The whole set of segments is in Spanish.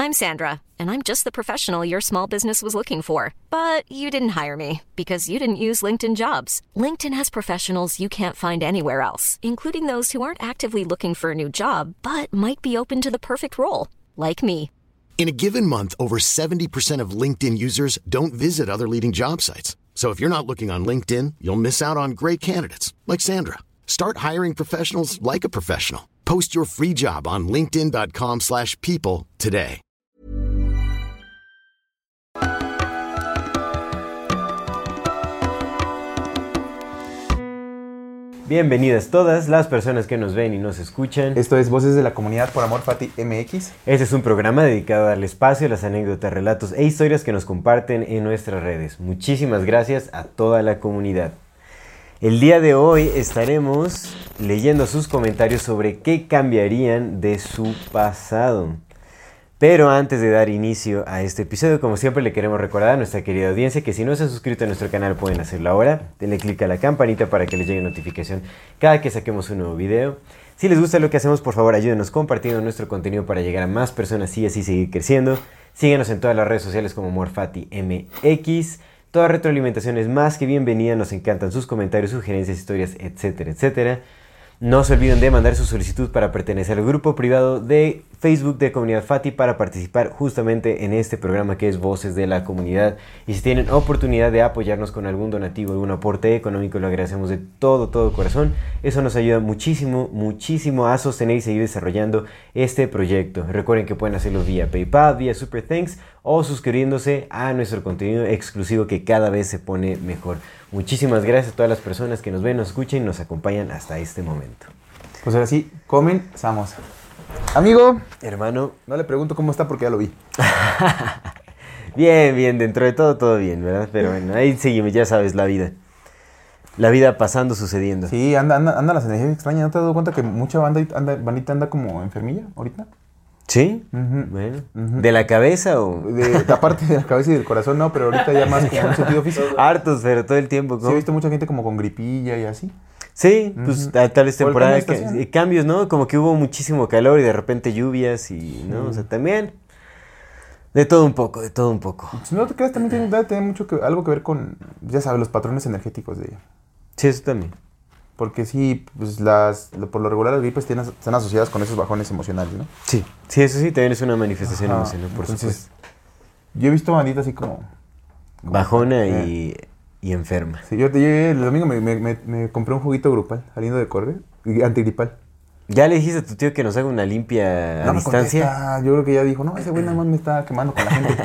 I'm Sandra, and I'm just the professional your small business was looking for. But you didn't hire me because you didn't use LinkedIn Jobs. LinkedIn has professionals you can't find anywhere else, including those who aren't actively looking for a new job, but might be open to the perfect role, like me. In a given month, over 70% of LinkedIn users don't visit other leading job sites. So if you're not looking on LinkedIn, you'll miss out on great candidates like Sandra. Start hiring professionals like a professional. Post your free job on linkedin.com/people today. Bienvenidas todas las personas que nos ven y nos escuchan. Esto es Voces de la Comunidad por Amor Fati MX. Este es un programa dedicado a darle espacio a las anécdotas, relatos e historias que nos comparten en nuestras redes. Muchísimas gracias a toda la comunidad. El día de hoy estaremos leyendo sus comentarios sobre qué cambiarían de su pasado. Pero antes de dar inicio a este episodio, como siempre le queremos recordar a nuestra querida audiencia que si no se han suscrito a nuestro canal pueden hacerlo ahora. Denle click a la campanita para que les llegue notificación cada que saquemos un nuevo video. Si les gusta lo que hacemos, por favor ayúdenos compartiendo nuestro contenido para llegar a más personas y así seguir creciendo. Síguenos en todas las redes sociales como Morfati MX. Toda retroalimentación es más que bienvenida, nos encantan sus comentarios, sugerencias, historias, etcétera, etcétera. No se olviden de mandar su solicitud para pertenecer al grupo privado de Facebook de Comunidad Fati para participar justamente en este programa que es Voces de la Comunidad. Y si tienen oportunidad de apoyarnos con algún donativo, algún aporte económico, lo agradecemos de todo corazón. Eso nos ayuda muchísimo a sostener y seguir desarrollando este proyecto. Recuerden que pueden hacerlo vía PayPal, vía Super Thanks o suscribiéndose a nuestro contenido exclusivo que cada vez se pone mejor. Muchísimas gracias a todas las personas que nos ven, nos escuchan y nos acompañan hasta este momento. Pues ahora sí, comenzamos. Amigo, hermano, no le pregunto cómo está porque ya lo vi. Bien, dentro de todo bien, ¿verdad? Pero bueno, ahí seguimos, ya sabes, la vida. La vida pasando, sucediendo. Sí, anda las energías extrañas. ¿No te has dado cuenta que mucha bandita anda como enfermilla ahorita? ¿Sí? Bueno. ¿De la cabeza o...? Aparte de la cabeza y del corazón, no, pero ahorita ya más como en un sentido físico. Hartos, pero todo el tiempo. ¿Cómo? Sí, he visto mucha gente como con gripilla y así. Sí, pues tal vez temporada de cambios, ¿no? Como que hubo muchísimo calor y de repente lluvias y, ¿no? O sea, también de todo un poco. Si no te creas, también tiene algo que ver con, ya sabes, los patrones energéticos de ella. Sí, eso también. Porque sí, pues por lo regular las gripes están asociadas con esos bajones emocionales, ¿no? Sí, eso sí, también es una manifestación emocional, por supuesto. Yo he visto banditas así como bajona y enferma. Sí, yo el domingo me compré un juguito grupal saliendo de correr, antigripal. ¿Ya le dijiste a tu tío que nos haga una limpia a distancia? Yo creo que ya dijo, no, ese güey nada más me está quemando con la gente.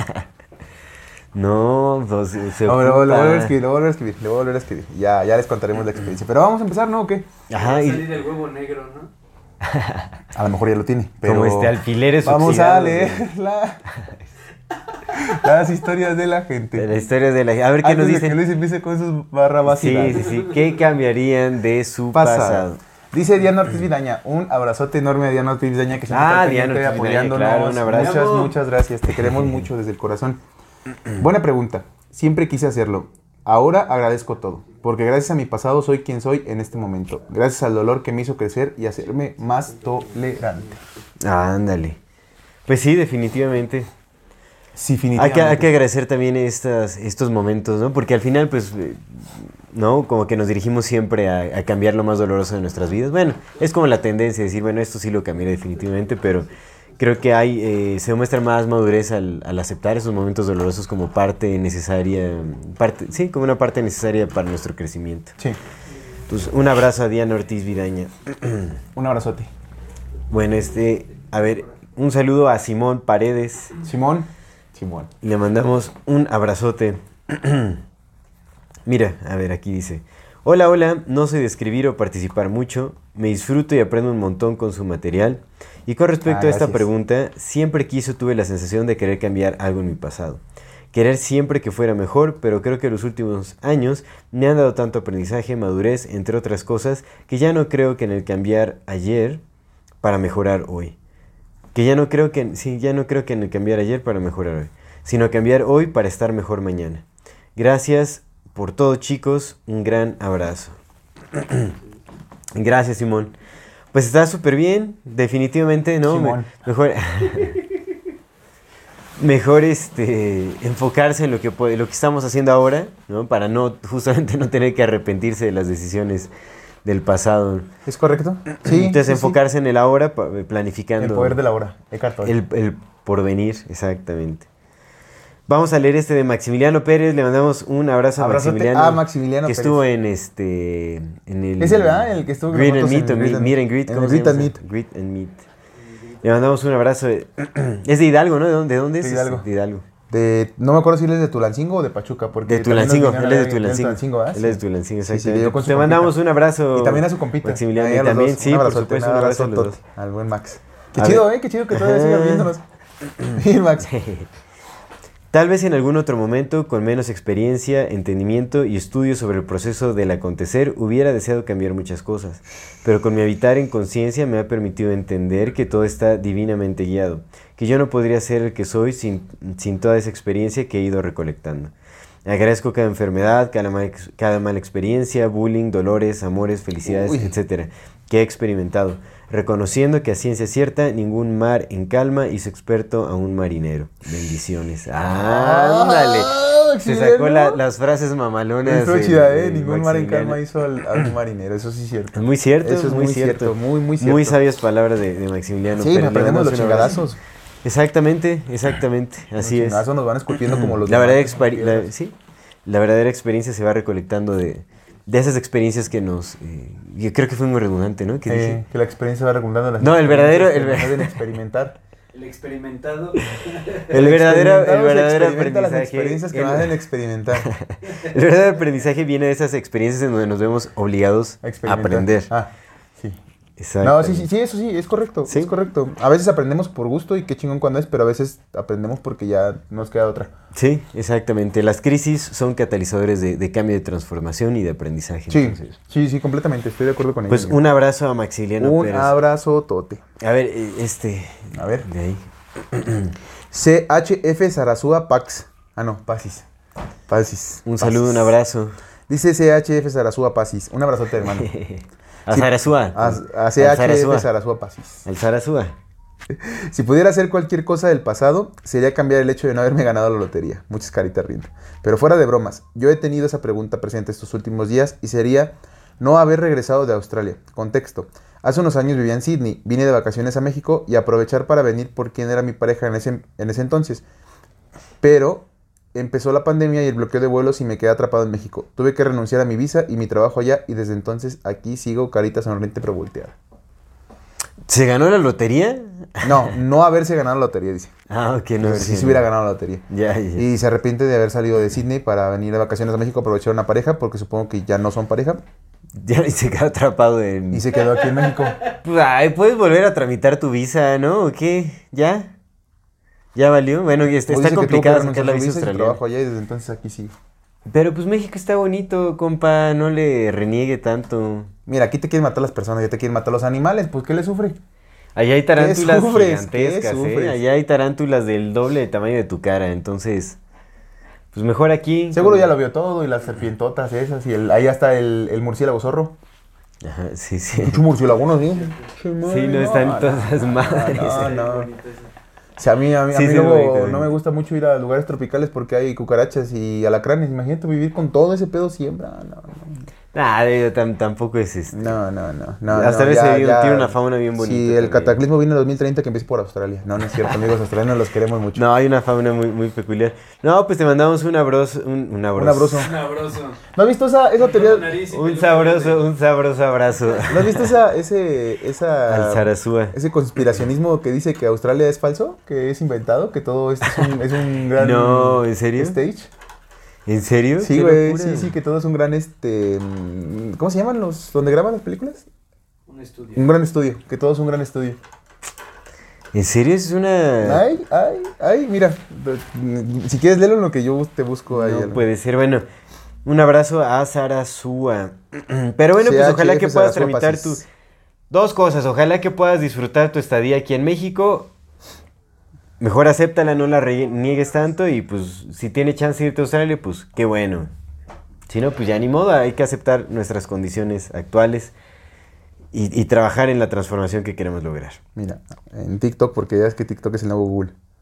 No, pues se ocupa. Le voy a volver a escribir. Ya les contaremos la experiencia. Pero vamos a empezar, ¿no? ¿O qué? Ajá. Va a salir el huevo negro, ¿no? A lo mejor ya lo tiene, pero... Como alfileres vamos oxidados. A leer las historias de la gente. Las historias de la gente. A ver qué nos dicen. Que Luis empiece con sus barrabasadas. Sí. ¿Qué cambiarían de su pasado? Dice Diana Ortiz Vidaña, un abrazote enorme a Diana Ortiz Vidaña que siempre está apoyándonos. Claro, un abrazo. Muchas gracias, te queremos mucho desde el corazón. Buena pregunta, siempre quise hacerlo. Ahora agradezco todo, porque gracias a mi pasado soy quien soy en este momento. Gracias al dolor que me hizo crecer y hacerme más tolerante. Ándale. Pues sí, definitivamente. Sí, definitivamente. Hay que agradecer también estos momentos, ¿no? Porque al final, pues, ¿no? Como que nos dirigimos siempre a cambiar lo más doloroso de nuestras vidas. Bueno, es como la tendencia de decir, bueno, esto sí lo cambiaré definitivamente, pero creo que se demuestra más madurez al aceptar esos momentos dolorosos como parte necesaria, como una parte necesaria para nuestro crecimiento. Sí. Entonces, un abrazo a Diana Ortiz Vidaña. Un abrazote. Bueno, a ver, un saludo a Simón Paredes. Simón. Le mandamos un abrazote. Mira, a ver, aquí dice: Hola, no soy de escribir o participar mucho, me disfruto y aprendo un montón con su material. Y con respecto a esta pregunta, siempre tuve la sensación de querer cambiar algo en mi pasado. Querer siempre que fuera mejor, pero creo que los últimos años me han dado tanto aprendizaje, madurez, entre otras cosas, que ya no creo que en el cambiar ayer para mejorar hoy. Ya no creo que en el cambiar ayer para mejorar hoy, sino cambiar hoy para estar mejor mañana. Gracias por todo, chicos. Un gran abrazo. Gracias, Simón. Pues está súper bien, definitivamente, ¿no? Simón. Mejor. mejor enfocarse en lo que estamos haciendo ahora, ¿no? Para justamente no tener que arrepentirse de las decisiones del pasado. ¿Es correcto? Sí. Entonces enfocarse en el ahora, planificando. El poder de la hora, Eckhart Tolle. El porvenir, exactamente. Vamos a leer de Maximiliano Pérez. Le mandamos un abrazo Abrazote a Maximiliano. Maximiliano que Pérez. estuvo en el... Es el, ¿verdad? El que estuvo con Greet and nosotros Meet, en Meet and Greet. en ¿Cómo el se Greet and llama? Meet. Greet and Meet. Le mandamos un abrazo. Es de Hidalgo, ¿no? ¿De dónde es? De Hidalgo. De Hidalgo. No me acuerdo si él es de Tulancingo o de Pachuca. Porque De Tulancingo, también él nos es de vinieron Tulancingo. ¿verdad? Él es de Tulancingo, Sí, exactamente. sí, con su Te compita. mandamos un abrazo. Y también a su compita. Maximiliano, Ahí y a los también, dos. sí, Un por abrazote, supuesto, un un abrazo a abrazo los dos. al buen Max. A Qué chido que todavía siga viéndonos. Bien, Max. Tal vez en algún otro momento, con menos experiencia, entendimiento y estudio sobre el proceso del acontecer, hubiera deseado cambiar muchas cosas, pero con mi habitar en conciencia me ha permitido entender que todo está divinamente guiado, que yo no podría ser el que soy sin toda esa experiencia que he ido recolectando. Agradezco cada enfermedad, cada mala experiencia, bullying, dolores, amores, felicidades, etc., que he experimentado, reconociendo que a ciencia cierta ningún mar en calma hizo experto a un marinero. Bendiciones. ¡Ándale! Se sacó las frases mamalonas. Estuvo chida, ningún mar en calma hizo a un marinero, eso sí es cierto. Es muy cierto, eso es muy cierto. Muy cierto. Muy sabias palabras de Maximiliano. Sí, aprendemos los chingadazos. Exactamente, así es. Los nos van esculpiendo como los la verdadera experiencia se va recolectando de esas experiencias que nos... yo creo que fue muy redundante, ¿no? ¿Qué dije? Que la experiencia va recomendando las No, el verdadero... deben experimentar. El experimentado. El verdadero aprendizaje. Las experiencias que nos hacen experimentar. El verdadero aprendizaje viene de esas experiencias en donde nos vemos obligados a aprender. Sí. Exacto. No, sí, eso sí, es correcto. ¿Sí? Es correcto. A veces aprendemos por gusto y qué chingón cuando es, pero a veces aprendemos porque ya nos queda otra. Sí, exactamente. Las crisis son catalizadores de cambio, de transformación y de aprendizaje. Sí, entonces. sí, completamente. Estoy de acuerdo con ello. Pues un abrazo a Maximiliano Pérez. Un abrazo tote. A ver, A ver. De ahí. CHF Sarasúa Pax. Pasis. Un saludo, un abrazo. Dice CHF Sarasúa Pasis. Un abrazote, hermano. A Sarasúa. A CHF Sarasúa Pasis. Al Sarasúa. Si pudiera hacer cualquier cosa del pasado, sería cambiar el hecho de no haberme ganado la lotería. Muchas caritas riendo. Pero fuera de bromas, yo he tenido esa pregunta presente estos últimos días y sería no haber regresado de Australia. Contexto. Hace unos años vivía en Sydney, vine de vacaciones a México y aprovechar para venir por quien era mi pareja en ese entonces. Pero empezó la pandemia y el bloqueo de vuelos y me quedé atrapado en México. Tuve que renunciar a mi visa y mi trabajo allá y desde entonces aquí sigo carita sonriente pero volteada. ¿Se ganó la lotería? No haberse ganado la lotería, dice. Ok, no haberse Si se hubiera ganado la lotería. Ya. Y se arrepiente de haber salido de Sydney para venir de vacaciones a México, aprovechar una pareja, porque supongo que ya no son pareja. Ya, y se quedó atrapado en... Y se quedó aquí en México. Pues, puedes volver a tramitar tu visa, ¿no? ¿O qué? ¿Ya? ¿Ya valió? Bueno, está complicado sacar la visa australiana. Trabajo allá y desde entonces aquí sí. Pero pues México está bonito, compa, no le reniegue tanto. Mira, aquí te quieren matar las personas, ya te quieren matar los animales, pues ¿qué le sufre? Allá hay tarántulas gigantescas, gigantescas, Allá hay tarántulas del doble de tamaño de tu cara, entonces... Pues mejor aquí. Seguro ya lo vio todo y las serpientotas esas y ahí está el murciélago zorro. Ajá, sí. Mucho murciélago, ¿no? Sí, no están todas las madres. No. O sea, a mí luego no me gusta mucho ir a lugares tropicales porque hay cucarachas y alacranes. Imagínate vivir con todo ese pedo siempre. Tampoco es No. Hasta vez tiene una fauna bien bonita. Sí, el cataclismo viene en 2030 que empiece por Australia. No es cierto, amigos australianos, los queremos mucho. No, hay una fauna muy, muy peculiar. No, pues te mandamos un abrazo. Un abrazo. ¿No has visto esa teoría? Un sabroso abrazo. ¿No has visto esa Al Sarasúa. Ese conspiracionismo que dice que Australia es falso? Que es inventado, que todo esto es un gran... No, ¿en serio? Stage. ¿En serio? Sí, güey, sí, que todo es un gran, ¿cómo se llaman donde graban las películas? Un estudio. Un gran estudio, que todo es un gran estudio. ¿En serio? Es una... Ay, mira, si quieres léelo en lo que yo te busco ahí. No puede ser, bueno, un abrazo a Sarasúa. Pero bueno, pues ojalá que puedas tramitar dos cosas, ojalá que puedas disfrutar tu estadía aquí en México. Mejor acéptala, no la niegues tanto y pues si tiene chance de irte a Australia, pues qué bueno. Si no, pues ya ni modo, hay que aceptar nuestras condiciones actuales y trabajar en la transformación que queremos lograr. Mira, en TikTok, porque ya es que TikTok es el nuevo Google.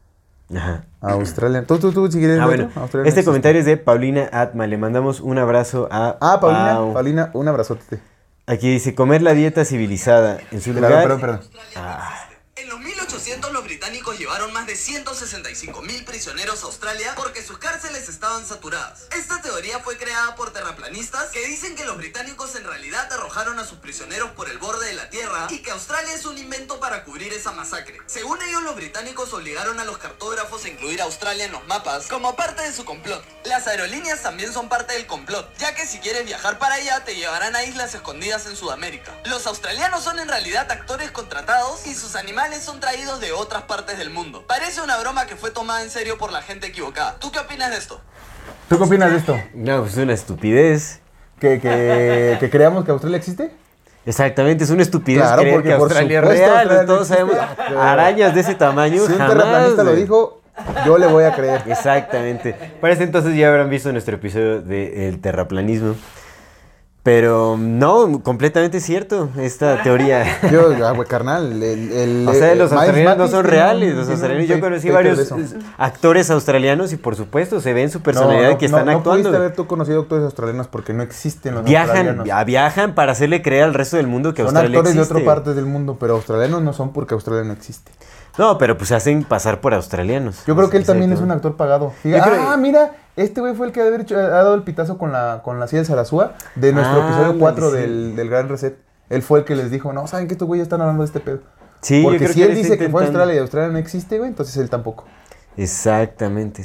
Ajá. A Australia. ¿Tú si quieres Bueno, otro? Australia no este existe. comentario es de Paulina Atma. Le mandamos un abrazo a Pau. Paulina, un abrazote. Aquí dice, comer la dieta civilizada. En su Mira, lugar... perdón. En los 1800 los británicos llevaron más de 165.000 prisioneros a Australia porque sus cárceles estaban saturadas. Esta teoría fue creada por terraplanistas que dicen que los británicos en realidad arrojaron a sus prisioneros por el borde de la Tierra y que Australia es un invento para cubrir esa masacre. Según ellos, los británicos obligaron a los cartógrafos a incluir a Australia en los mapas como parte de su complot. Las aerolíneas también son parte del complot, ya que si quieres viajar para allá te llevarán a islas escondidas en Sudamérica. Los australianos son en realidad actores contratados y sus animales son traídos de otras partes del mundo. Parece una broma que fue tomada en serio por la gente equivocada. ¿Tú qué opinas de esto? ¿Tú qué opinas de esto? No, pues es una estupidez. ¿Que creamos que Australia existe? Exactamente, es una estupidez Claro, creer porque que por Australia es supuesto real. Australia no Todos sabemos, existe. arañas de ese tamaño Si un jamás, terraplanista lo güey. dijo, yo le voy a creer. Exactamente. Para ese entonces ya habrán visto nuestro episodio del terraplanismo. Pero no, completamente cierto esta teoría. Güey, carnal, O sea, los Miles australianos no Matis son tiene reales. un- Los tiene australianos, un yo fake- conocí faker varios de eso. actores australianos y por supuesto se ve en su personalidad que están no actuando. pudiste haber tú conocido actores australianos porque no existen los Viajan, australianos. viajan para hacerle creer al resto del mundo que Son Australia actores de existe. otras partes del mundo, pero australianos no son porque Australia no existe. No, pero pues se hacen pasar por australianos. Yo creo que él también es Exacto. un actor pagado. Yo creo- Mira, este güey fue el que ha dado el pitazo con la silla del Sarasúa de nuestro Ah, episodio 4 sí. del Gran Reset. Él fue el que les dijo, no, ¿saben que estos güeyes están hablando de este pedo? Sí, yo Porque creo si que él él está dice que fue a intentando. Australia y Australia no existe, güey, entonces él tampoco. Exactamente.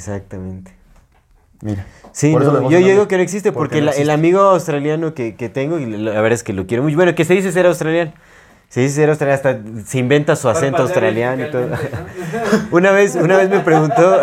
Mira. Sí, Por eso no, le vamos yo a hablar. digo que no existe porque no el existe. amigo australiano que tengo, y la verdad es que lo quiero mucho. Bueno, que se dice ser australiano. Se dice ser australiano, hasta se inventa su acento australiano y todo. Una vez me preguntó.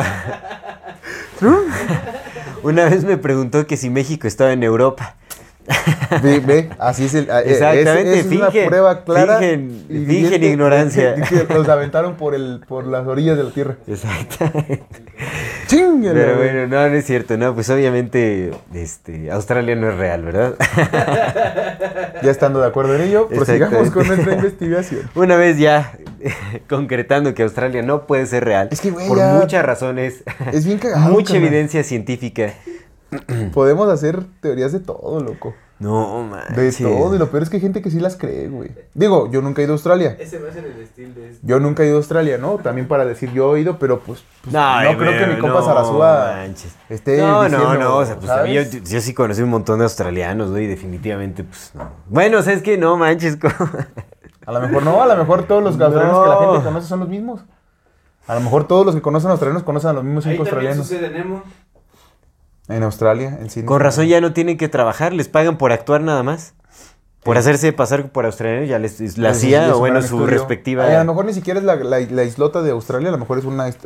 Una vez me preguntó que si México estaba en Europa. Ve, así es Exactamente, es una prueba clara. fingen y evidente ignorancia. de que los aventaron por las orillas de la tierra. Exactamente. ¡Chingue! Pero bueno, no es cierto, no, pues obviamente Australia no es real, ¿verdad? Ya estando de acuerdo en ello, prosigamos Exactamente. con nuestra investigación. Una vez ya concretando que Australia no puede ser real, Es que, güey, por ya- muchas razones, Es bien cagado. mucha carnal. evidencia científica. Podemos hacer teorías de todo, loco. No, De manches. todo. Y lo peor es que hay gente que sí las cree, güey. Digo, yo nunca he ido a Australia. Ese va a ser el estilo de este. Yo nunca he ido a Australia, ¿no? También para decir yo he ido, pero pues no creo que pero mi compa no Sarasúa manches. esté No, diciendo, o sea, pues a mí yo ¿sabes? sí conocí un montón de australianos, güey, y definitivamente, pues no. Bueno, ¿sabes qué? No manches. A lo mejor no, a lo mejor todos los australianos que la No. gente conoce son los mismos. A lo mejor todos los que conocen australianos conocen a los mismos Ahí 5 también australianos. sucede Nemo. En Australia, en Sydney. Con razón ya no tienen que trabajar, les pagan por actuar nada más. Por hacerse pasar por australianos, ya la Eso sí, CIA, es o un bueno, gran su estudio. respectiva. Ay, a lo mejor ni siquiera es la islota de Australia, a lo mejor es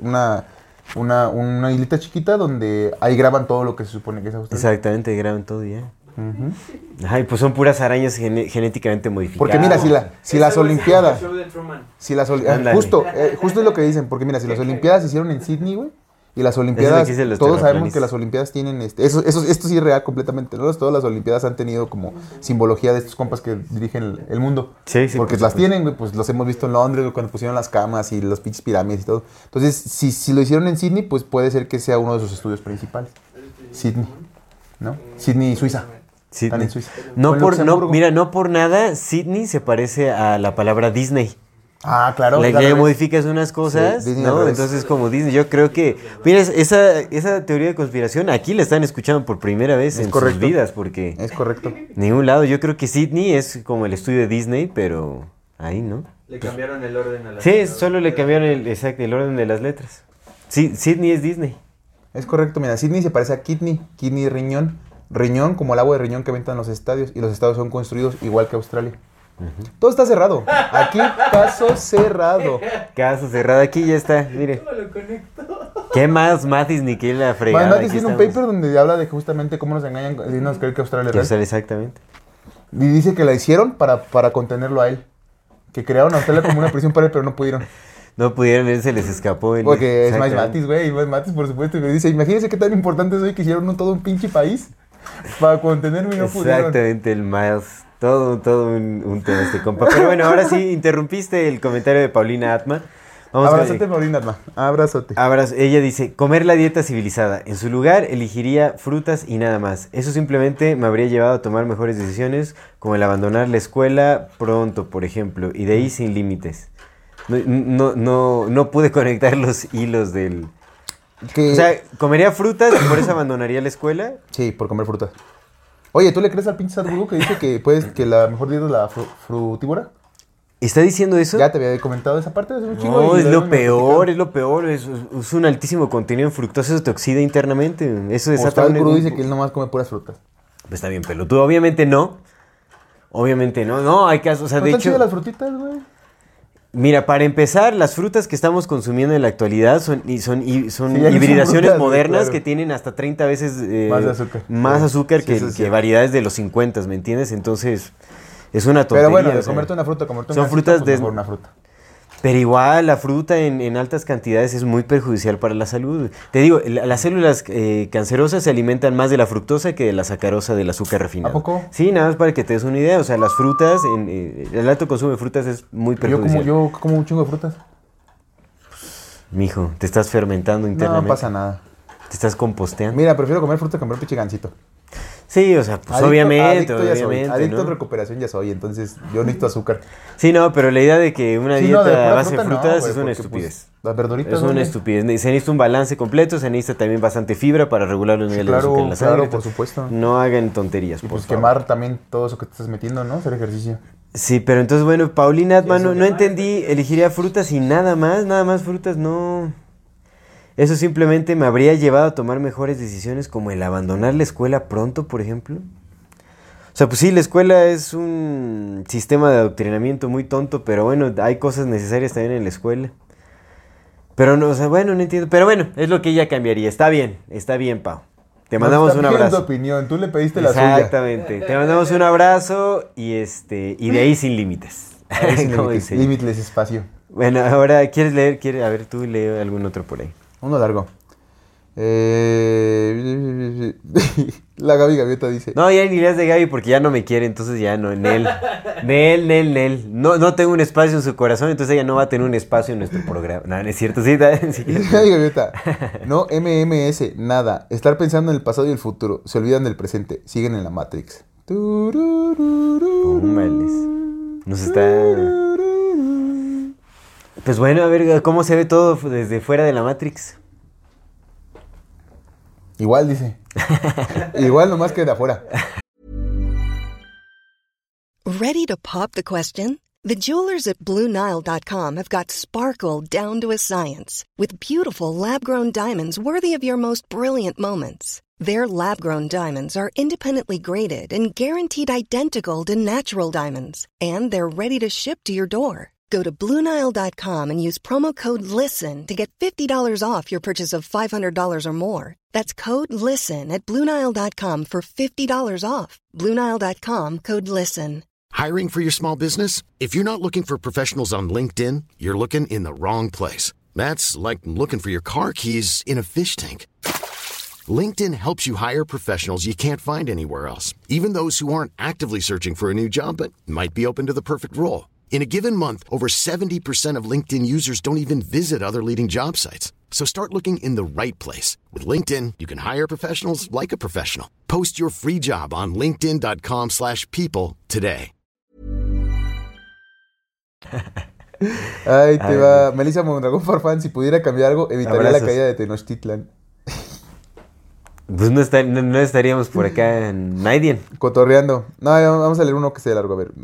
una islita chiquita donde ahí graban todo lo que se supone que es Australia. Exactamente, graban todo ya. Ujú. Ay, pues son puras arañas genéticamente modificadas. Porque mira, si las Ese va a ser Olimpiadas, el show de Truman. Ándale. justo es lo que dicen, porque mira, si las Olimpiadas se hicieron en Sydney, güey, y las Olimpiadas, que dicen los todos sabemos terraplanistas. que las Olimpiadas tienen, esto sí es real completamente, ¿no? Todas las Olimpiadas han tenido como simbología de estos compas que dirigen el mundo. Sí, sí, Porque por las supuesto. tienen, güey, pues los hemos visto en Londres, güey, cuando pusieron las camas y los pinches pirámides y todo. Entonces, si lo hicieron en Sydney, pues puede ser que sea uno de sus estudios principales. Sydney, ¿no? Sydney, Suiza. Sydney. Están en Suiza. No O en por, Luxemburgo. mira, no por nada, Sydney se parece a la palabra Disney. Ah, claro. Le al revés. modificas unas cosas, Sí, Disney al ¿no? revés. Entonces como Disney, yo creo que, mira, esa teoría de conspiración aquí la están escuchando por primera vez Es en correcto. sus vidas, porque Es correcto. ningún lado, yo creo que Sydney es como el estudio de Disney, pero ahí, ¿no? Le cambiaron el orden a la. Sí, solo le cambiaron el orden de las letras. Sí, Sydney es Disney. Es correcto, mira, Sydney se parece a kidney, kidney riñón, riñón como el agua de riñón que ventan los estadios, y los estadios son construidos igual que Australia. Todo está cerrado. Aquí caso cerrado. Caso cerrado, aquí ya está, mire. ¿Cómo lo conecto? ¿Qué más Matis ni qué la fregada? Matis aquí tiene un estamos. paper donde habla de justamente cómo nos engañan diciéndonos creer que Australia es Que real. Australia, exactamente. Y dice que la hicieron para contenerlo a él. Que crearon a Australia como una prisión para él, pero no pudieron. No pudieron, él se les escapó. Porque es Miles Exactamente. Matis, güey. Miles Matis, por supuesto. Y me dice, imagínense qué tan importante soy que hicieron todo un pinche país para contenerme y no pudieron. Exactamente, el Miles. Todo un tema este compa. Pero bueno, ahora sí, interrumpiste el comentario de Paulina Atma. Vamos Abrazote, Paulina, Atma. Abrazote. Ella dice, comer la dieta civilizada. En su lugar, elegiría frutas y nada más. Eso simplemente me habría llevado a tomar mejores decisiones, como el abandonar la escuela pronto, por ejemplo, y de ahí sin límites. No pude conectar los hilos del... O sea, comería frutas y por eso abandonaría la escuela. Sí, por comer frutas. Oye, ¿tú le crees al pinche Sadhguru que dice que la mejor dieta es la frutívora? ¿Está diciendo eso? Ya te había comentado esa parte. Hace un chingo No, y es lo lo hemos peor, platicado. es un altísimo contenido en fructosa, eso te oxida internamente. Eso O desata Sadhguru dice que él nomás come puras frutas. Pues está bien pelotudo, obviamente no. No, hay casos, o sea, ¿No de están hecho... chidas las frutitas, güey? Mira, para empezar, las frutas que estamos consumiendo en la actualidad son ya no son hibridaciones frutas, modernas claro. que tienen hasta 30 veces Más de azúcar. más Sí. azúcar Sí, que, eso es que cierto. variedades de los 50, ¿me entiendes? Entonces, es una tontería. Pero bueno, de o sea, comerte una fruta, comerte son una frutas pues de- mejor una fruta. Pero igual, la fruta en altas cantidades es muy perjudicial para la salud. Te digo, las células cancerosas se alimentan más de la fructosa que de la sacarosa del azúcar refinado. ¿A poco? Sí, nada más para que te des una idea. O sea, las frutas, el alto consumo de frutas es muy perjudicial. Yo como un chingo de frutas. Mijo, te estás fermentando internamente. No pasa nada. Te estás composteando. Mira, prefiero comer fruta que comer pinche gansito. Sí, o sea, pues Adicto obviamente, ya soy. obviamente, Adicto ¿no? en recuperación ya soy, entonces yo necesito azúcar. Sí, no, pero la idea de que una Sí, dieta no, de pura a base de fruta no, frutas güey, es una porque, estupidez. pues, las verduritas. Es una ¿dónde? estupidez. Se necesita un balance completo, se necesita también bastante fibra para regular los niveles de azúcar en la sangre. Claro, por supuesto. No hagan tonterías, Y por pues favor. quemar también todo eso que te estás metiendo, ¿no? Hacer ejercicio. Sí, pero entonces, bueno, Paulina Atman, no entendí, elegiría frutas y nada más frutas, no. Eso simplemente me habría llevado a tomar mejores decisiones, como el abandonar la escuela pronto, por ejemplo. O sea, pues sí, la escuela es un sistema de adoctrinamiento muy tonto, pero bueno, hay cosas necesarias también en la escuela. Pero no, o sea, bueno, no entiendo. Pero bueno, es lo que ella cambiaría. Está bien, Pau. Te mandamos un Tu abrazo. opinión, tú le pediste la suya. Exactamente. Te mandamos un abrazo y de ahí sin límites. Ahí sin Como límites, dice. limitless espacio. Bueno, ahora, ¿quieres leer? A ver, tú lee algún otro por ahí. Uno largo. La Gaviota dice. No, ya ni leas de Gaby porque ya no me quiere, entonces ya no, Nel. No tengo un espacio en su corazón, entonces ella no va a tener un espacio en nuestro programa. No, no es cierto, sí. Sí. Gaviota. No, MMS, nada. Estar pensando en el pasado y el futuro. Se olvidan del presente. Siguen en la Matrix. Póngales. Nos está... Pues bueno, a ver, ¿cómo se ve todo desde fuera de la Matrix? Igual dice. Igual nomás que de afuera. Ready to pop the question? The jewelers at BlueNile.com have got sparkle down to a science with beautiful lab-grown diamonds worthy of your most brilliant moments. Their lab-grown diamonds are independently graded and guaranteed identical to natural diamonds, and they're ready to ship to your door. Go to BlueNile.com and use promo code LISTEN to get $50 off your purchase of $500 or more. That's code LISTEN at BlueNile.com for $50 off. BlueNile.com, code LISTEN. Hiring for your small business? If you're not looking for professionals on LinkedIn, you're looking in the wrong place. That's like looking for your car keys in a fish tank. LinkedIn helps you hire professionals you can't find anywhere else, even those who aren't actively searching for a new job but might be open to the perfect role. In a given month, over 70% of LinkedIn users don't even visit other leading job sites. So start looking in the right place. With LinkedIn, you can hire professionals like a professional. Post your free job on linkedin.com/people today. Ay, te va. Melissa Mondragón Farfán, si pudiera cambiar algo, evitaría Abrazos. la caída de Tenochtitlan. Pues no estaríamos por acá en Naidien. Cotorreando. No, vamos a leer uno que sea largo, a ver.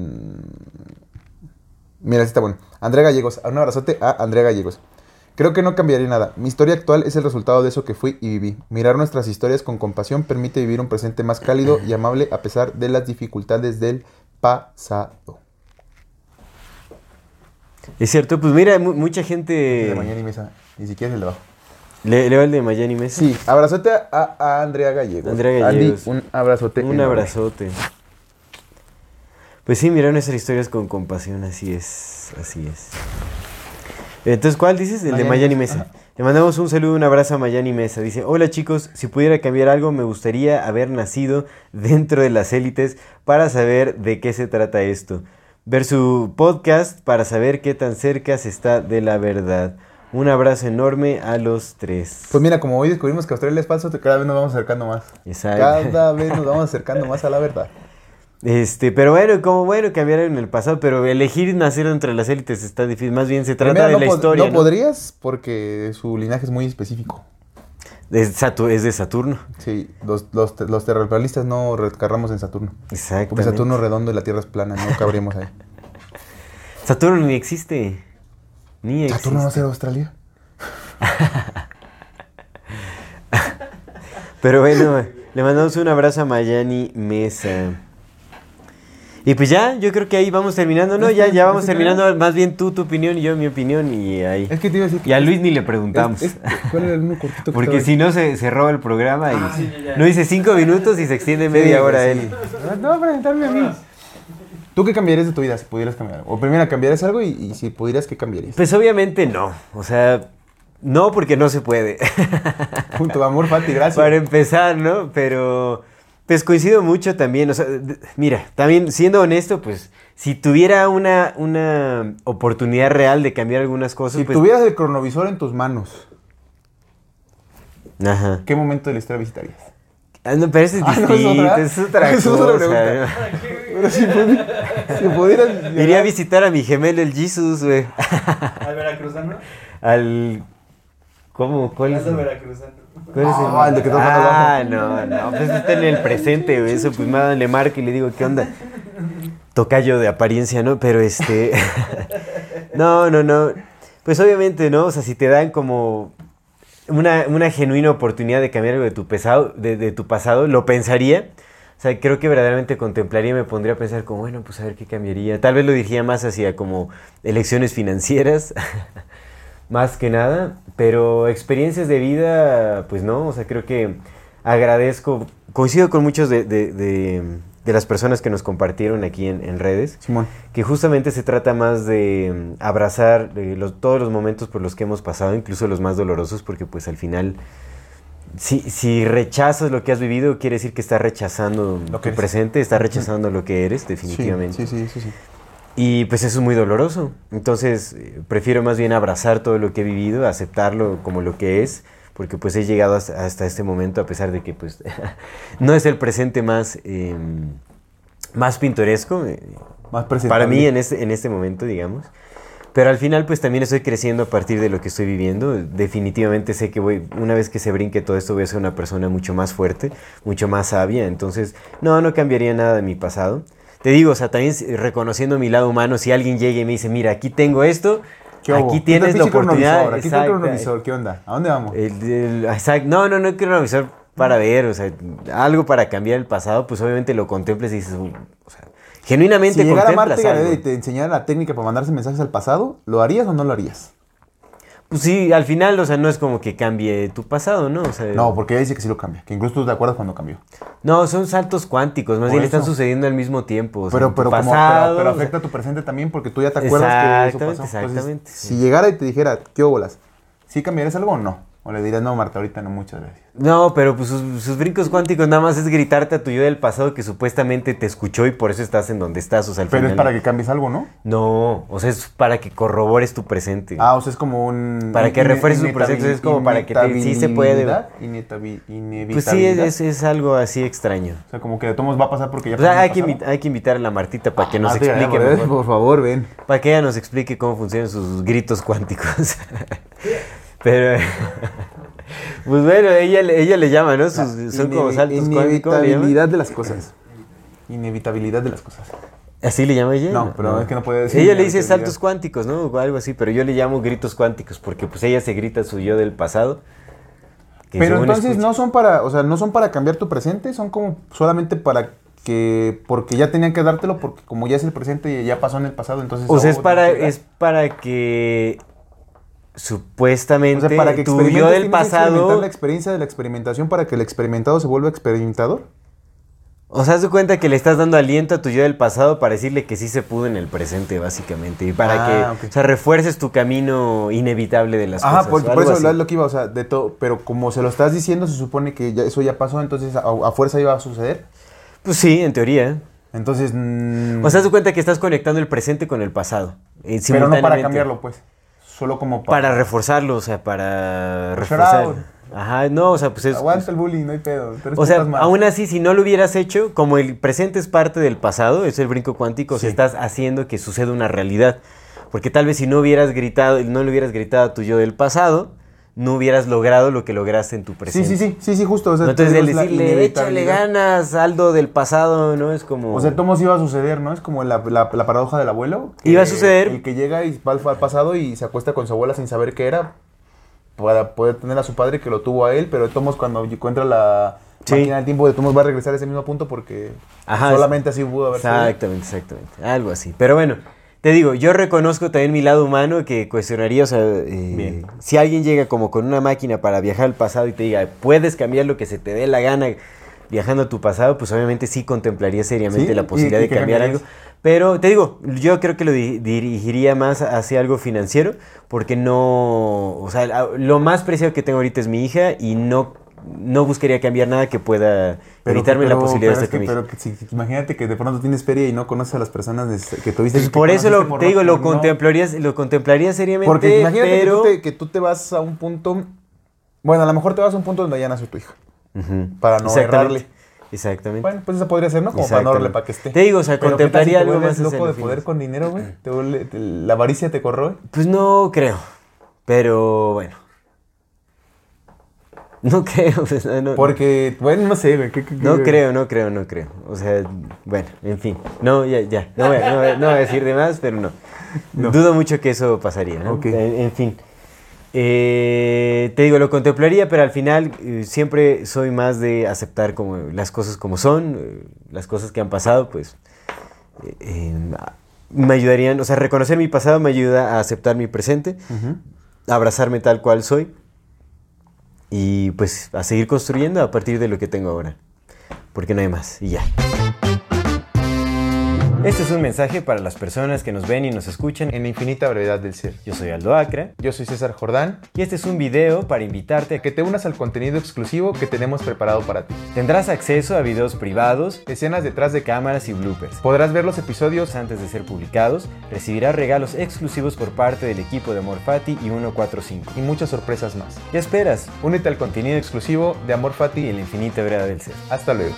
Mira, sí está bueno. Andrea Gallegos. Un abrazote a Andrea Gallegos. Creo que no cambiaría nada. Mi historia actual es el resultado de eso que fui y viví. Mirar nuestras historias con compasión permite vivir un presente más cálido y amable a pesar de las dificultades del pasado. Es cierto, pues mira, mucha gente... De mañana y mesa. Ni siquiera es el de abajo. Leo el de Mayan y Mesa. Sí, abrazote a Andrea Gallegos. Andrea Gallegos. Andy, un abrazote. Un enorme. abrazote. Pues sí, mirar nuestras historias con compasión, así es. Entonces, ¿cuál dices? El de Mayani Mesa. Ajá. Le mandamos un saludo, un abrazo a Mayani Mesa. Dice, hola chicos, si pudiera cambiar algo, me gustaría haber nacido dentro de las élites para saber de qué se trata esto. ver su podcast para saber qué tan cerca se está de la verdad. Un abrazo enorme a los 3. Pues mira, como hoy descubrimos que Australia es falso, cada vez nos vamos acercando más. Exacto. Cada vez nos vamos acercando más a la verdad. Pero bueno, como bueno cambiar en el pasado, pero elegir nacer entre las élites está difícil. Más bien se trata Primero, de la historia. No podrías porque su linaje es muy específico. Es de Saturno. Sí, los terraplanistas no recargamos en Saturno. Exactamente. Porque Saturno es redondo y la Tierra es plana, no cabríamos ahí. Saturno ni existe. Ni existe. ¿Saturno va a ser Australia? Pero bueno, le mandamos un abrazo a Mayani Mesa. Y pues ya, yo creo que ahí vamos terminando, ¿no? Ya vamos terminando, más bien tú tu opinión y yo mi opinión y ahí. Es que te iba a decir que y a Luis ni le preguntamos. ¿Cuál era el uno cortito que Porque estaba si no se roba el programa y sí, ya. no dice 5 minutos y se extiende media hora sí. él. No va a presentarme a mí. ¿Tú qué cambiarías de tu vida si pudieras cambiar? O primero, ¿cambiarías algo? Y si pudieras, ¿qué cambiarías? Pues obviamente no, o sea, no porque no se puede. Junto a amor, Fati, gracias. Para empezar, ¿no? Pero pues coincido mucho también, o sea, mira, también siendo honesto, pues si tuviera una oportunidad real de cambiar algunas cosas, Si pues... tuvieras el cronovisor en tus manos, Ajá. ¿qué momento de la historia visitarías? No, pero eso es ¿no es distinto, otra? es otra Eso es cosa. otra pregunta. Pero si pudieras... Iría a visitar a mi gemelo el Jesus, güey. ¿Al veracruzano? Al... ¿Cómo? ¿Cuál es? Al veracruzano. ¿Cuál es Ah, el de que toca no, pues está en el presente, güey. Eso, pues más le marco y le digo, ¿qué onda? Tocayo de apariencia, ¿no? Pero No. Pues obviamente, ¿no? O sea, si te dan como una genuina oportunidad de cambiar algo de tu pasado, lo pensaría. O sea, creo que verdaderamente contemplaría y me pondría a pensar como, bueno, pues a ver qué cambiaría. Tal vez lo diría más hacia como elecciones financieras, más que nada. Pero experiencias de vida, pues no. O sea, creo que agradezco, coincido con muchos de las personas que nos compartieron aquí en redes. Simón. Que justamente se trata más de abrazar todos los momentos por los que hemos pasado, incluso los más dolorosos, porque pues al final... Si rechazas lo que has vivido, quiere decir que estás rechazando Lo que tu eres. presente, estás rechazando lo que eres, definitivamente. Sí. Y pues eso es muy doloroso. Entonces, prefiero más bien abrazar todo lo que he vivido, aceptarlo como lo que es, porque pues he llegado hasta este momento, a pesar de que pues no es el presente más pintoresco, Más presentable. para mí en este momento, digamos. Pero al final pues también estoy creciendo a partir de lo que estoy viviendo. Definitivamente sé que una vez que se brinque todo esto voy a ser una persona mucho más fuerte, mucho más sabia. Entonces no cambiaría nada de mi pasado. Te digo, o sea, también reconociendo mi lado humano, si alguien llega y me dice, mira, aquí tengo esto, aquí tienes la oportunidad. Aquí está el cronovisor, ¿qué onda? ¿A dónde vamos? Exacto. No el cronovisor para ver, o sea, algo para cambiar el pasado, pues obviamente lo contemples y dices, o sea, genuinamente Si llegara contemplas Marta algo. y te enseñara la técnica para mandarse mensajes al pasado, ¿lo harías o no lo harías? Pues sí, al final, o sea, no es como que cambie tu pasado, ¿no? O sea, No, porque ella dice que sí lo cambia, que incluso tú te acuerdas cuando cambió. No, son saltos cuánticos, más Por bien eso. están sucediendo al mismo tiempo. O sea, Pero, tu pero, pasado, pero o sea, afecta a tu presente también porque tú ya te acuerdas que eso pasó. Exactamente. Entonces, si llegara y te dijera, ¿qué óbolas? ¿Sí cambiarías algo o no? O le dirías, no, Marta, ahorita no, muchas gracias. No, pero pues sus brincos cuánticos nada más es gritarte a tu yo del pasado que supuestamente te escuchó y por eso estás en donde estás. O sea, al Pero es final- para que cambies algo, ¿no? No, o sea, es para que corrobores tu presente. Ah, o sea, es como un... Para que refuerces tu presente, es como para que sí se puede. Inevitabilidad. Pues sí, es algo así extraño. O sea, como que de todos va a pasar porque ya O sea, pasó hay en que, el pasado. hay que invitar a la Martita para que nos Ah, explique por mejor. favor, ven. Para que ella nos explique cómo funcionan sus gritos cuánticos. Pero... Pues bueno, ella le llama, ¿no? Son como saltos cuánticos. ¿le llama? Inevitabilidad de las cosas. Inevitabilidad de las cosas. ¿Así le llama ella? No, pero es que no puede decir Ella le dice inevitabilidad. saltos cuánticos, ¿no? O algo así, pero yo le llamo gritos cuánticos porque pues ella se grita su yo del pasado. que Pero según entonces escucha. no son para, o sea, no son para cambiar tu presente, son como solamente para que, porque ya tenían que dártelo, porque como ya es el presente y ya pasó en el pasado, entonces... O sea, oh, tienes que es para que supuestamente o sea, para que tu yo experimentes, del tienes que experimentar pasado... la experiencia de la experimentación para que el experimentado se vuelva experimentador. O sea, haz de cuenta que le estás dando aliento a tu yo del pasado para decirle que sí se pudo en el presente, básicamente. Y para que, ok. o sea, refuerces tu camino inevitable de las Ajá, cosas. por algo eso así. es lo que iba, o sea, de todo, pero como se lo estás diciendo, se supone que ya, eso ya pasó, entonces a fuerza iba a suceder. Pues sí, en teoría. Entonces... O sea, haz de cuenta que estás conectando el presente con el pasado. Pero no para simultáneamente. cambiarlo, pues. Solo como Para reforzarlo, o sea, para Pues reforzar. out. Ajá, no, o sea, pues es... Aguanta el bullying, no hay pedo. O sea, aún así, si no lo hubieras hecho, como el presente es parte del pasado, es el brinco cuántico, o sea, estás haciendo que suceda una realidad. Porque tal vez si no hubieras gritado, no le hubieras gritado a tu yo del pasado, no hubieras logrado lo que lograste en tu presente. Sí, justo. O sea, No, entonces el es la decirle, échale inevitabilidad. ganas, Aldo del pasado, ¿no? Es como... O sea, todo iba a suceder, ¿no? Es como la paradoja del abuelo. que Iba a suceder. El que llega y va al pasado y se acuesta con su abuela sin saber qué era, para poder tener a su padre que lo tuvo a él, pero de todos modos, cuando encuentra la máquina del tiempo, de todos modos va a regresar a ese mismo punto porque solamente así pudo haber sido. Exactamente. Algo así. Pero bueno, te digo, yo reconozco también mi lado humano que cuestionaría, o sea, si alguien llega como con una máquina para viajar al pasado y te diga, puedes cambiar lo que se te dé la gana viajando a tu pasado, pues obviamente sí contemplaría seriamente la posibilidad de cambiar algo. Pero te digo, yo creo que lo dirigiría más hacia algo financiero, porque no, o sea, lo más preciado que tengo ahorita es mi hija y no buscaría cambiar nada que pueda evitarme la posibilidad de estar con mi hija. Pero imagínate que de pronto tienes feria y no conoces a las personas que tuviste. Pues por eso te digo, lo contemplaría seriamente. Porque imagínate que tú te vas a un punto, bueno, a lo mejor te vas a un punto donde ya nació tu hija, para no errarle. Exactamente. Bueno, pues eso podría ser, ¿no? Como para no darle para que esté. Te digo, o sea, pero contemplaría ¿qué tal si algo más. ¿Te vuelves loco de poder con dinero, güey? ¿La avaricia te corroe? Pues no creo. Pero bueno. No creo. O sea, no, porque, bueno, no sé, güey. No creo. O sea, bueno, en fin. No, ya. No voy a decir de más, pero no. Dudo mucho que eso pasaría, ¿no? Okay. En fin. Te digo, lo contemplaría, pero al final siempre soy más de aceptar como las cosas como son, las cosas que han pasado, pues me ayudarían, o sea, reconocer mi pasado me ayuda a aceptar mi presente, a abrazarme tal cual soy y pues a seguir construyendo a partir de lo que tengo ahora, porque no hay más y ya. Este es un mensaje para las personas que nos ven y nos escuchan en la infinita brevedad del ser. Yo soy Aldo Acra. Yo soy César Jordán. Y este es un video para invitarte a que te unas al contenido exclusivo que tenemos preparado para ti. Tendrás acceso a videos privados, escenas detrás de cámaras y bloopers. Podrás ver los episodios antes de ser publicados. Recibirás regalos exclusivos por parte del equipo de Amor Fati y 145. Y muchas sorpresas más. ¿Qué esperas? Únete al contenido exclusivo de Amor Fati y en la infinita brevedad del ser. Hasta luego.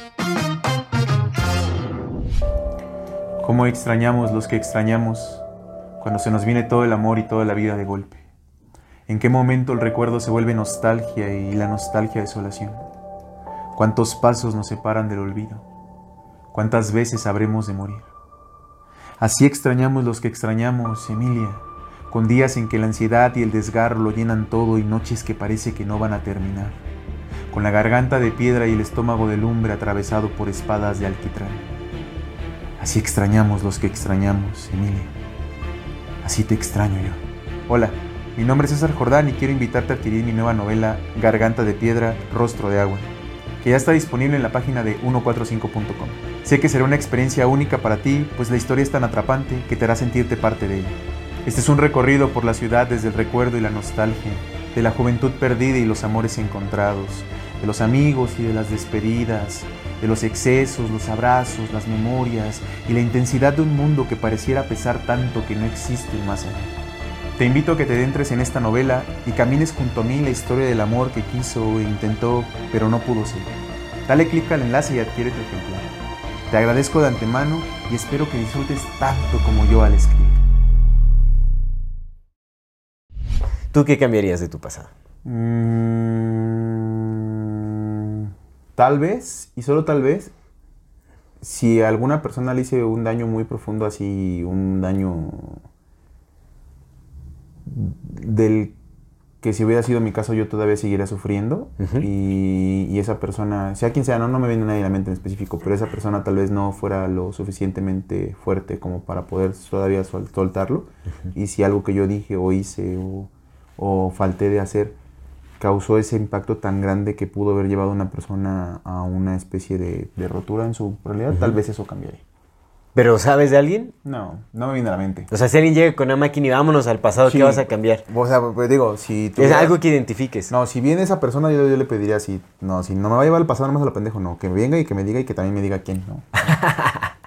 ¿Cómo extrañamos los que extrañamos cuando se nos viene todo el amor y toda la vida de golpe? ¿En qué momento el recuerdo se vuelve nostalgia y la nostalgia desolación? ¿Cuántos pasos nos separan del olvido? ¿Cuántas veces habremos de morir? Así extrañamos los que extrañamos, Emilia, con días en que la ansiedad y el desgarro lo llenan todo y noches que parece que no van a terminar, con la garganta de piedra y el estómago de lumbre atravesado por espadas de alquitrán. Así extrañamos los que extrañamos, Emilia. Así te extraño yo. Hola, mi nombre es César Jordán y quiero invitarte a adquirir mi nueva novela Garganta de Piedra, Rostro de Agua, que ya está disponible en la página de 145.com. Sé que será una experiencia única para ti, pues la historia es tan atrapante que te hará sentirte parte de ella. Este es un recorrido por la ciudad desde el recuerdo y la nostalgia, de la juventud perdida y los amores encontrados, de los amigos y de las despedidas, de los excesos, los abrazos, las memorias y la intensidad de un mundo que pareciera pesar tanto que no existe más allá. Te invito a que te adentres en esta novela y camines junto a mí la historia del amor que quiso e intentó, pero no pudo ser. Dale clic al enlace y adquiere tu ejemplar. Te agradezco de antemano y espero que disfrutes tanto como yo al escribir. ¿Tú qué cambiarías de tu pasado? Tal vez, y solo tal vez, si a alguna persona le hice un daño muy profundo, así un daño del que si hubiera sido mi caso yo todavía seguiría sufriendo, y esa persona, sea quien sea, no me viene nadie a la mente en específico, pero esa persona tal vez no fuera lo suficientemente fuerte como para poder todavía soltarlo, y si algo que yo dije o hice o falté de hacer causó ese impacto tan grande que pudo haber llevado a una persona a una especie de rotura en su realidad, tal vez eso cambiaría. ¿Pero sabes de alguien? No me viene a la mente. O sea, si alguien llega con una máquina y vámonos al pasado, sí. ¿Qué vas a cambiar? O sea, pues digo, si... Es algo que identifiques. No, si viene esa persona, yo le pediría si no me va a llevar al pasado, nomás a lo pendejo, no. Que venga y que me diga y que también me diga quién, ¿no?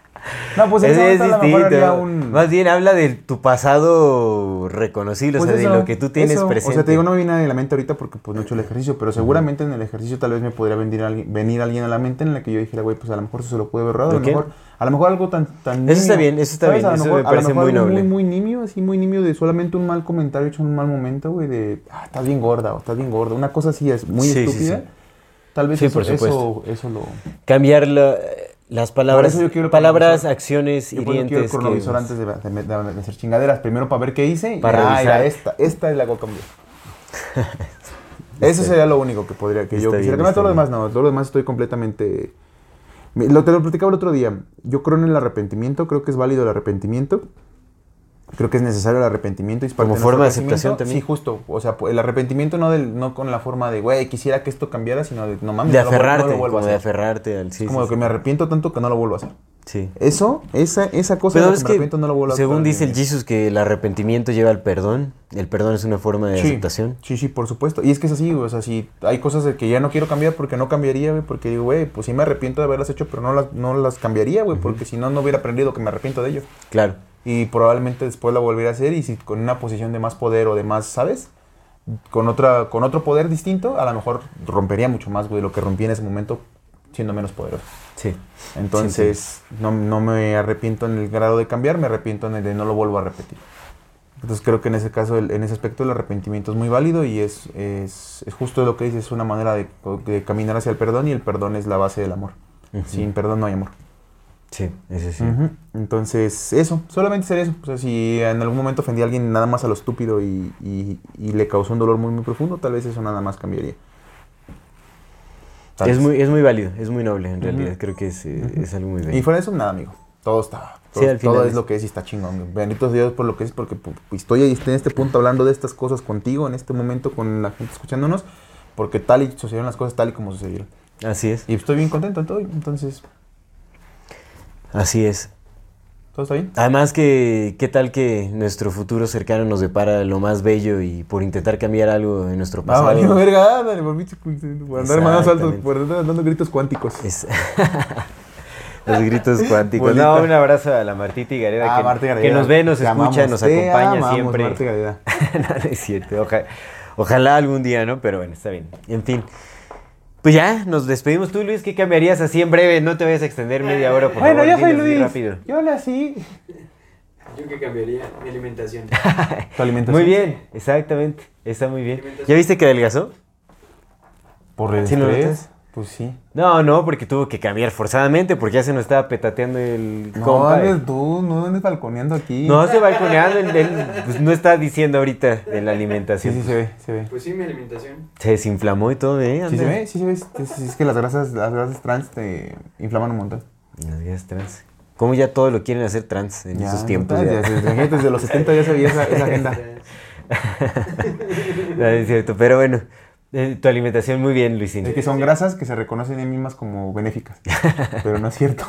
No, pues es a lo mejor haría distinto. Más bien habla de tu pasado reconocible, Pues o sea, eso, de lo que tú tienes eso. presente. O sea, te digo, no me viene a la mente ahorita porque pues no he hecho el ejercicio, pero seguramente en el ejercicio tal vez me podría venir alguien a la mente en la que yo dijera, güey, pues a lo mejor eso se lo puede haber ahorrado, a lo mejor algo tan nimio. Eso está bien, eso está ¿sabes? bien, eso me parece muy algo noble. muy nimio, así muy nimio de solamente un mal comentario hecho en un mal momento, güey, de, estás bien gorda o estás bien gorda. Una cosa así es muy estúpida. Sí. Tal vez Sí, eso, por supuesto. eso lo... Cambiar las palabras, Por eso yo quiero el palabras, cronovisor. acciones, Yo quiero hirientes. el cronovisor antes de hacer chingaderas. Primero para ver qué hice. Para revisar. Esta es la que voy a cambiar. Eso sería lo único que podría, que yo Está quisiera. bien, No, todo lo está demás no. Todo lo demás estoy completamente... Te lo platicaba el otro día. Yo creo en el arrepentimiento. Creo que es válido el arrepentimiento. Creo que es necesario el arrepentimiento. Y es parte Como de nuestro forma de crecimiento. aceptación también. Sí, justo. O sea, el arrepentimiento no con la forma de, güey, quisiera que esto cambiara, sino de, no mames, De no lo aferrarte, vuelvo a como de hacer. aferrarte al... Sí, Es como sí, que me arrepiento tanto que no lo vuelvo a hacer. sí. Esa cosa Pero de la es que me que, arrepiento no lo vuelvo a hacer. según dice el Jesus, que el arrepentimiento lleva al perdón. El perdón es una forma de aceptación. Sí, por supuesto. Y es que es así, güey. O sea, si hay cosas de que ya no quiero cambiar porque no cambiaría, güey. Porque digo, güey, pues sí me arrepiento de haberlas hecho, pero no las cambiaría, güey. Porque si no, no hubiera aprendido que me arrepiento de ello. Claro. Y probablemente después la volvería a hacer y si con una posición de más poder o de más, ¿sabes? Con otro poder distinto, a lo mejor rompería mucho más, güey, lo que rompí en ese momento siendo menos poderoso. Sí. Entonces, no me arrepiento en el grado de cambiar, me arrepiento en el de no lo vuelvo a repetir. Entonces creo que en ese caso, en ese aspecto, el arrepentimiento es muy válido y es justo lo que dices, es una manera de caminar hacia el perdón y el perdón es la base del amor. Sin perdón no hay amor. Sí, eso sí. Entonces, eso, solamente sería eso. O sea, si en algún momento ofendí a alguien nada más a lo estúpido y le causó un dolor muy, muy profundo, tal vez eso nada más cambiaría. Es muy válido, es muy noble en realidad. Creo que es algo muy bello. Y fuera de eso, nada, amigo. Todo está. Sí, al final todo es es lo que es y está chingón. Bendito Dios por lo que es, porque estoy en este punto hablando de estas cosas contigo, en este momento con la gente escuchándonos, porque tal y sucedieron las cosas tal y como sucedieron. Así es. Y estoy bien contento en todo, entonces, Así es. ¿todo está bien? Además que, ¿qué tal que nuestro futuro cercano nos depara lo más bello y por intentar cambiar algo en nuestro pasado? Vale, verga, dale, por andar manos altos, Exactamente. por andar dando gritos cuánticos. Los gritos cuánticos. Bolita. No, un abrazo a la Martita Higareda, Marta Gareda. que nos ve, nos Te escucha, amamos, nos te acompaña amamos, siempre. Marta Gareda. No es cierto. Ojalá algún día, ¿no? Pero bueno, está bien. En fin. Pues ya, nos despedimos. Tú, Luis, ¿qué cambiaría así en breve? No te vayas a extender media hora, por Bueno, favor. yo soy dinos muy Luis. rápido. Yo nací. Yo que cambiaría mi alimentación. Tu alimentación. Muy bien, exactamente. Está muy bien. ¿Ya viste que adelgazó? ¿Por el ¿Sí lo estrés? notas? Pues sí. No, porque tuvo que cambiar forzadamente, porque ya se nos estaba petateando el No compa. andes tú, no andes balconeando aquí. No, se balconeando, él, pues, no está diciendo ahorita de la Sí, alimentación. sí se ve, se ve. Pues sí, mi alimentación. Se desinflamó y todo, ¿eh? Sí se Anda. ve, sí se ve. Es que las grasas trans te inflaman un montón. Las vías trans. ¿Cómo ya todo lo quieren hacer trans en esos tiempos? Ya? Desde los 70 ya se veía esa agenda. No, es cierto, pero bueno, tu alimentación muy bien, Luisín. Es que son grasas que se reconocen en mismas como benéficas. Pero no es cierto.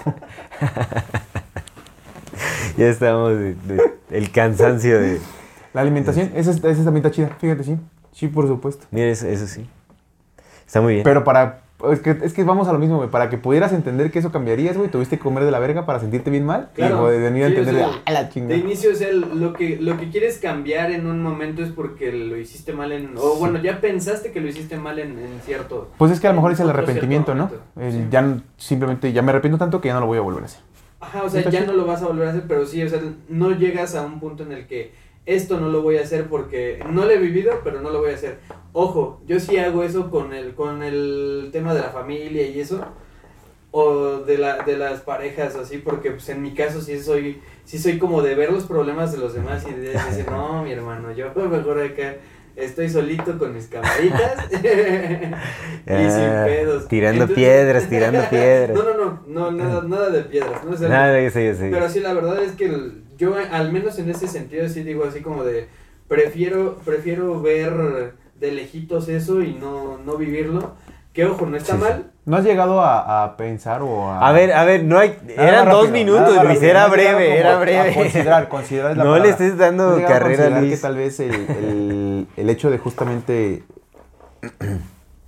Ya estamos el cansancio de... La alimentación, esa también está chida, fíjate, sí. Sí, por supuesto. Mira, eso sí. Está muy bien. Pero es que vamos a lo mismo, güey. Para que pudieras entender que eso cambiarías, güey, tuviste que comer de la verga para sentirte bien mal. Claro. Y venir a Sí, entender o sea, la chingada. de inicio, o sea, lo que quieres cambiar en un momento es porque lo hiciste mal o bueno, ya pensaste que lo hiciste mal en cierto... Pues es que a lo mejor es el otro arrepentimiento, cierto ¿no? momento. Sí. Ya simplemente, ya me arrepiento tanto que ya no lo voy a volver a hacer. Ajá, o sea, Está ya chido. no lo vas a volver a hacer, pero sí, o sea, no llegas a un punto en el que esto no lo voy a hacer porque no lo he vivido, pero no lo voy a hacer. Ojo, yo sí hago eso con el tema de la familia y eso, o de las parejas así, porque pues en mi caso sí soy como de ver los problemas de los demás y de decir, no, mi hermano, yo mejor acá estoy solito con mis camaritas y sin pedos. Tirando Entonces- piedras. No, nada de piedras, ¿no? O sea, Nada, yo sé. pero sí, la verdad es que yo, al menos en ese sentido, sí digo así como de, prefiero ver de lejitos eso y no vivirlo. Que ojo, no está mal. ¿No has llegado a pensar o a...? A ver, no hay... Nada Eran más 2 rápido, minutos, nada más Luis, rápido. era ¿No has breve, llegado era como breve. a considerar es la No palabra. le estés dando ¿No has llegado a carrera, considerar Luis. que tal vez el hecho de justamente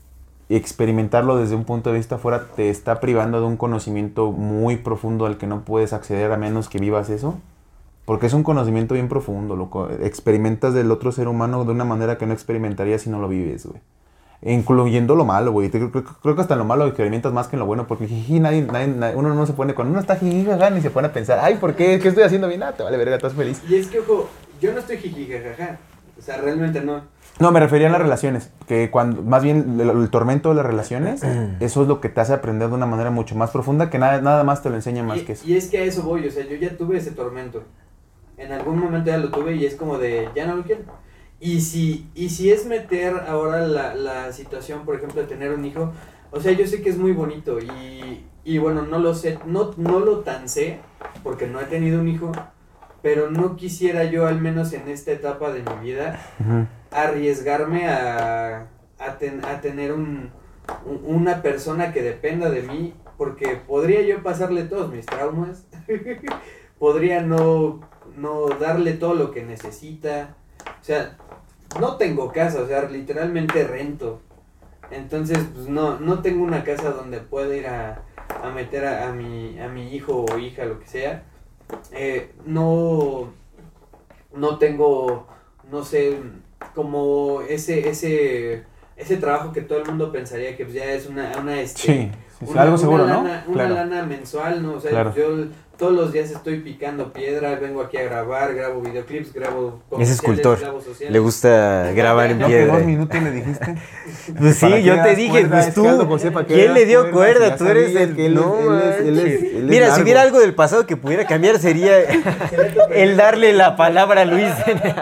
experimentarlo desde un punto de vista afuera te está privando de un conocimiento muy profundo al que no puedes acceder a menos que vivas eso. Porque es un conocimiento bien profundo, loco. Experimentas del otro ser humano de una manera que no experimentarías si no lo vives, güey. Incluyendo lo malo, güey. Creo que hasta en lo malo experimentas más que en lo bueno. Porque uno no se pone... Cuando uno está jijijaja ni se pone a pensar, ay, ¿por qué? ¿Qué estoy haciendo bien? Te vale verga, estás feliz. Y es que, ojo, yo no estoy jijijaja. O sea, realmente no. No, me refería a las relaciones. Que cuando... Más bien, el tormento de las relaciones, eso es lo que te hace aprender de una manera mucho más profunda que nada más te lo enseña más que eso. Y es que a eso voy. O sea, yo ya tuve ese tormento. En algún momento ya lo tuve y es como de, ya no lo quiero. Y si es meter ahora la situación, por ejemplo, de tener un hijo, o sea, yo sé que es muy bonito y bueno, no lo sé, no lo tan sé, porque no he tenido un hijo, pero no quisiera yo, al menos en esta etapa de mi vida, arriesgarme a tener una persona que dependa de mí, porque podría yo pasarle todos mis traumas, podría no darle todo lo que necesita, o sea, no tengo casa, o sea, literalmente rento, entonces pues no tengo una casa donde pueda ir a meter a mi hijo o hija, lo que sea, no tengo, no sé, como ese trabajo que todo el mundo pensaría que pues ya es una algo seguro, ¿no? Una lana mensual, ¿no? O sea, claro. Yo todos los días estoy picando piedra, vengo aquí a grabar, grabo videoclips, grabo Es escultor, le gusta grabar en piedra. ¿No que 2 minutos le dijiste? Pues sí, yo te dije, pues tú, ¿quién le dio cuerda? Tú eres el... No, mira, si hubiera algo del pasado que pudiera cambiar sería el darle la palabra a Luis.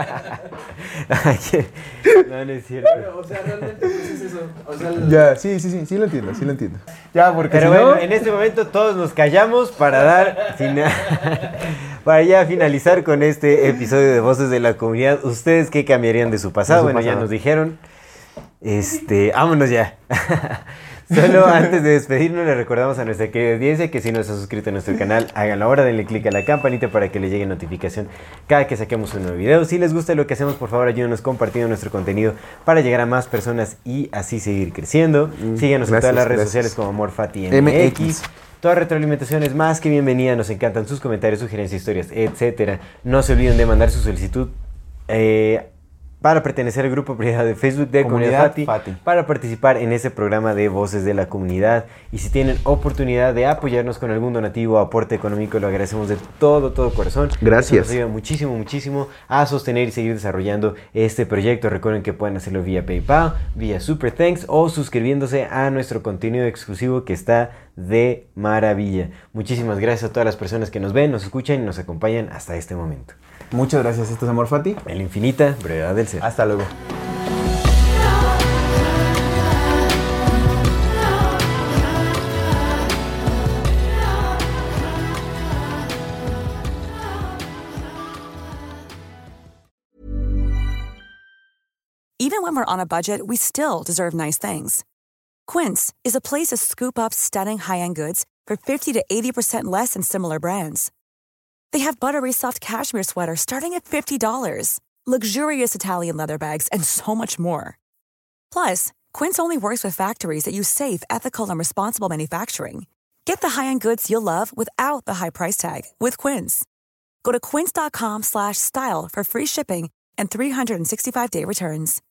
No es cierto. Pero, o sea, realmente pues es eso. O sea, ya, sí lo entiendo. Ya, porque pero si bueno, no... en este momento todos nos callamos para para ya finalizar con este episodio de Voces de la Comunidad. ¿Ustedes qué cambiarían de su pasado? Bueno, ya nos dijeron. Vámonos ya. Solo antes de despedirnos le recordamos a nuestra querida audiencia que si no se ha suscrito a nuestro canal, háganlo ahora, denle click a la campanita para que les llegue notificación cada que saquemos un nuevo video. Si les gusta lo que hacemos, por favor ayúdenos compartiendo nuestro contenido para llegar a más personas y así seguir creciendo. Síguenos en todas las redes sociales como AmorFatiMX. Toda retroalimentación es más que bienvenida, nos encantan sus comentarios, sugerencias, historias, etc. No se olviden de mandar su solicitud para pertenecer al grupo privado de Facebook de Comunidad Fati, para participar en este programa de Voces de la Comunidad. Y si tienen oportunidad de apoyarnos con algún donativo o aporte económico, lo agradecemos de todo corazón. Gracias. Eso nos ayuda muchísimo a sostener y seguir desarrollando este proyecto. Recuerden que pueden hacerlo vía PayPal, vía Super Thanks o suscribiéndose a nuestro contenido exclusivo que está de maravilla. Muchísimas gracias a todas las personas que nos ven, nos escuchan y nos acompañan hasta este momento. Muchas gracias. Esto es Amor Fati. En la infinita brevedad del ser. Hasta luego. Even when we're on a budget, we still deserve nice things. Quince is a place to scoop up stunning high-end goods for 50 to 80% less than similar brands. They have buttery soft cashmere sweaters starting at $50, luxurious Italian leather bags, and so much more. Plus, Quince only works with factories that use safe, ethical, and responsible manufacturing. Get the high-end goods you'll love without the high price tag with Quince. Go to quince.com/style for free shipping and 365-day returns.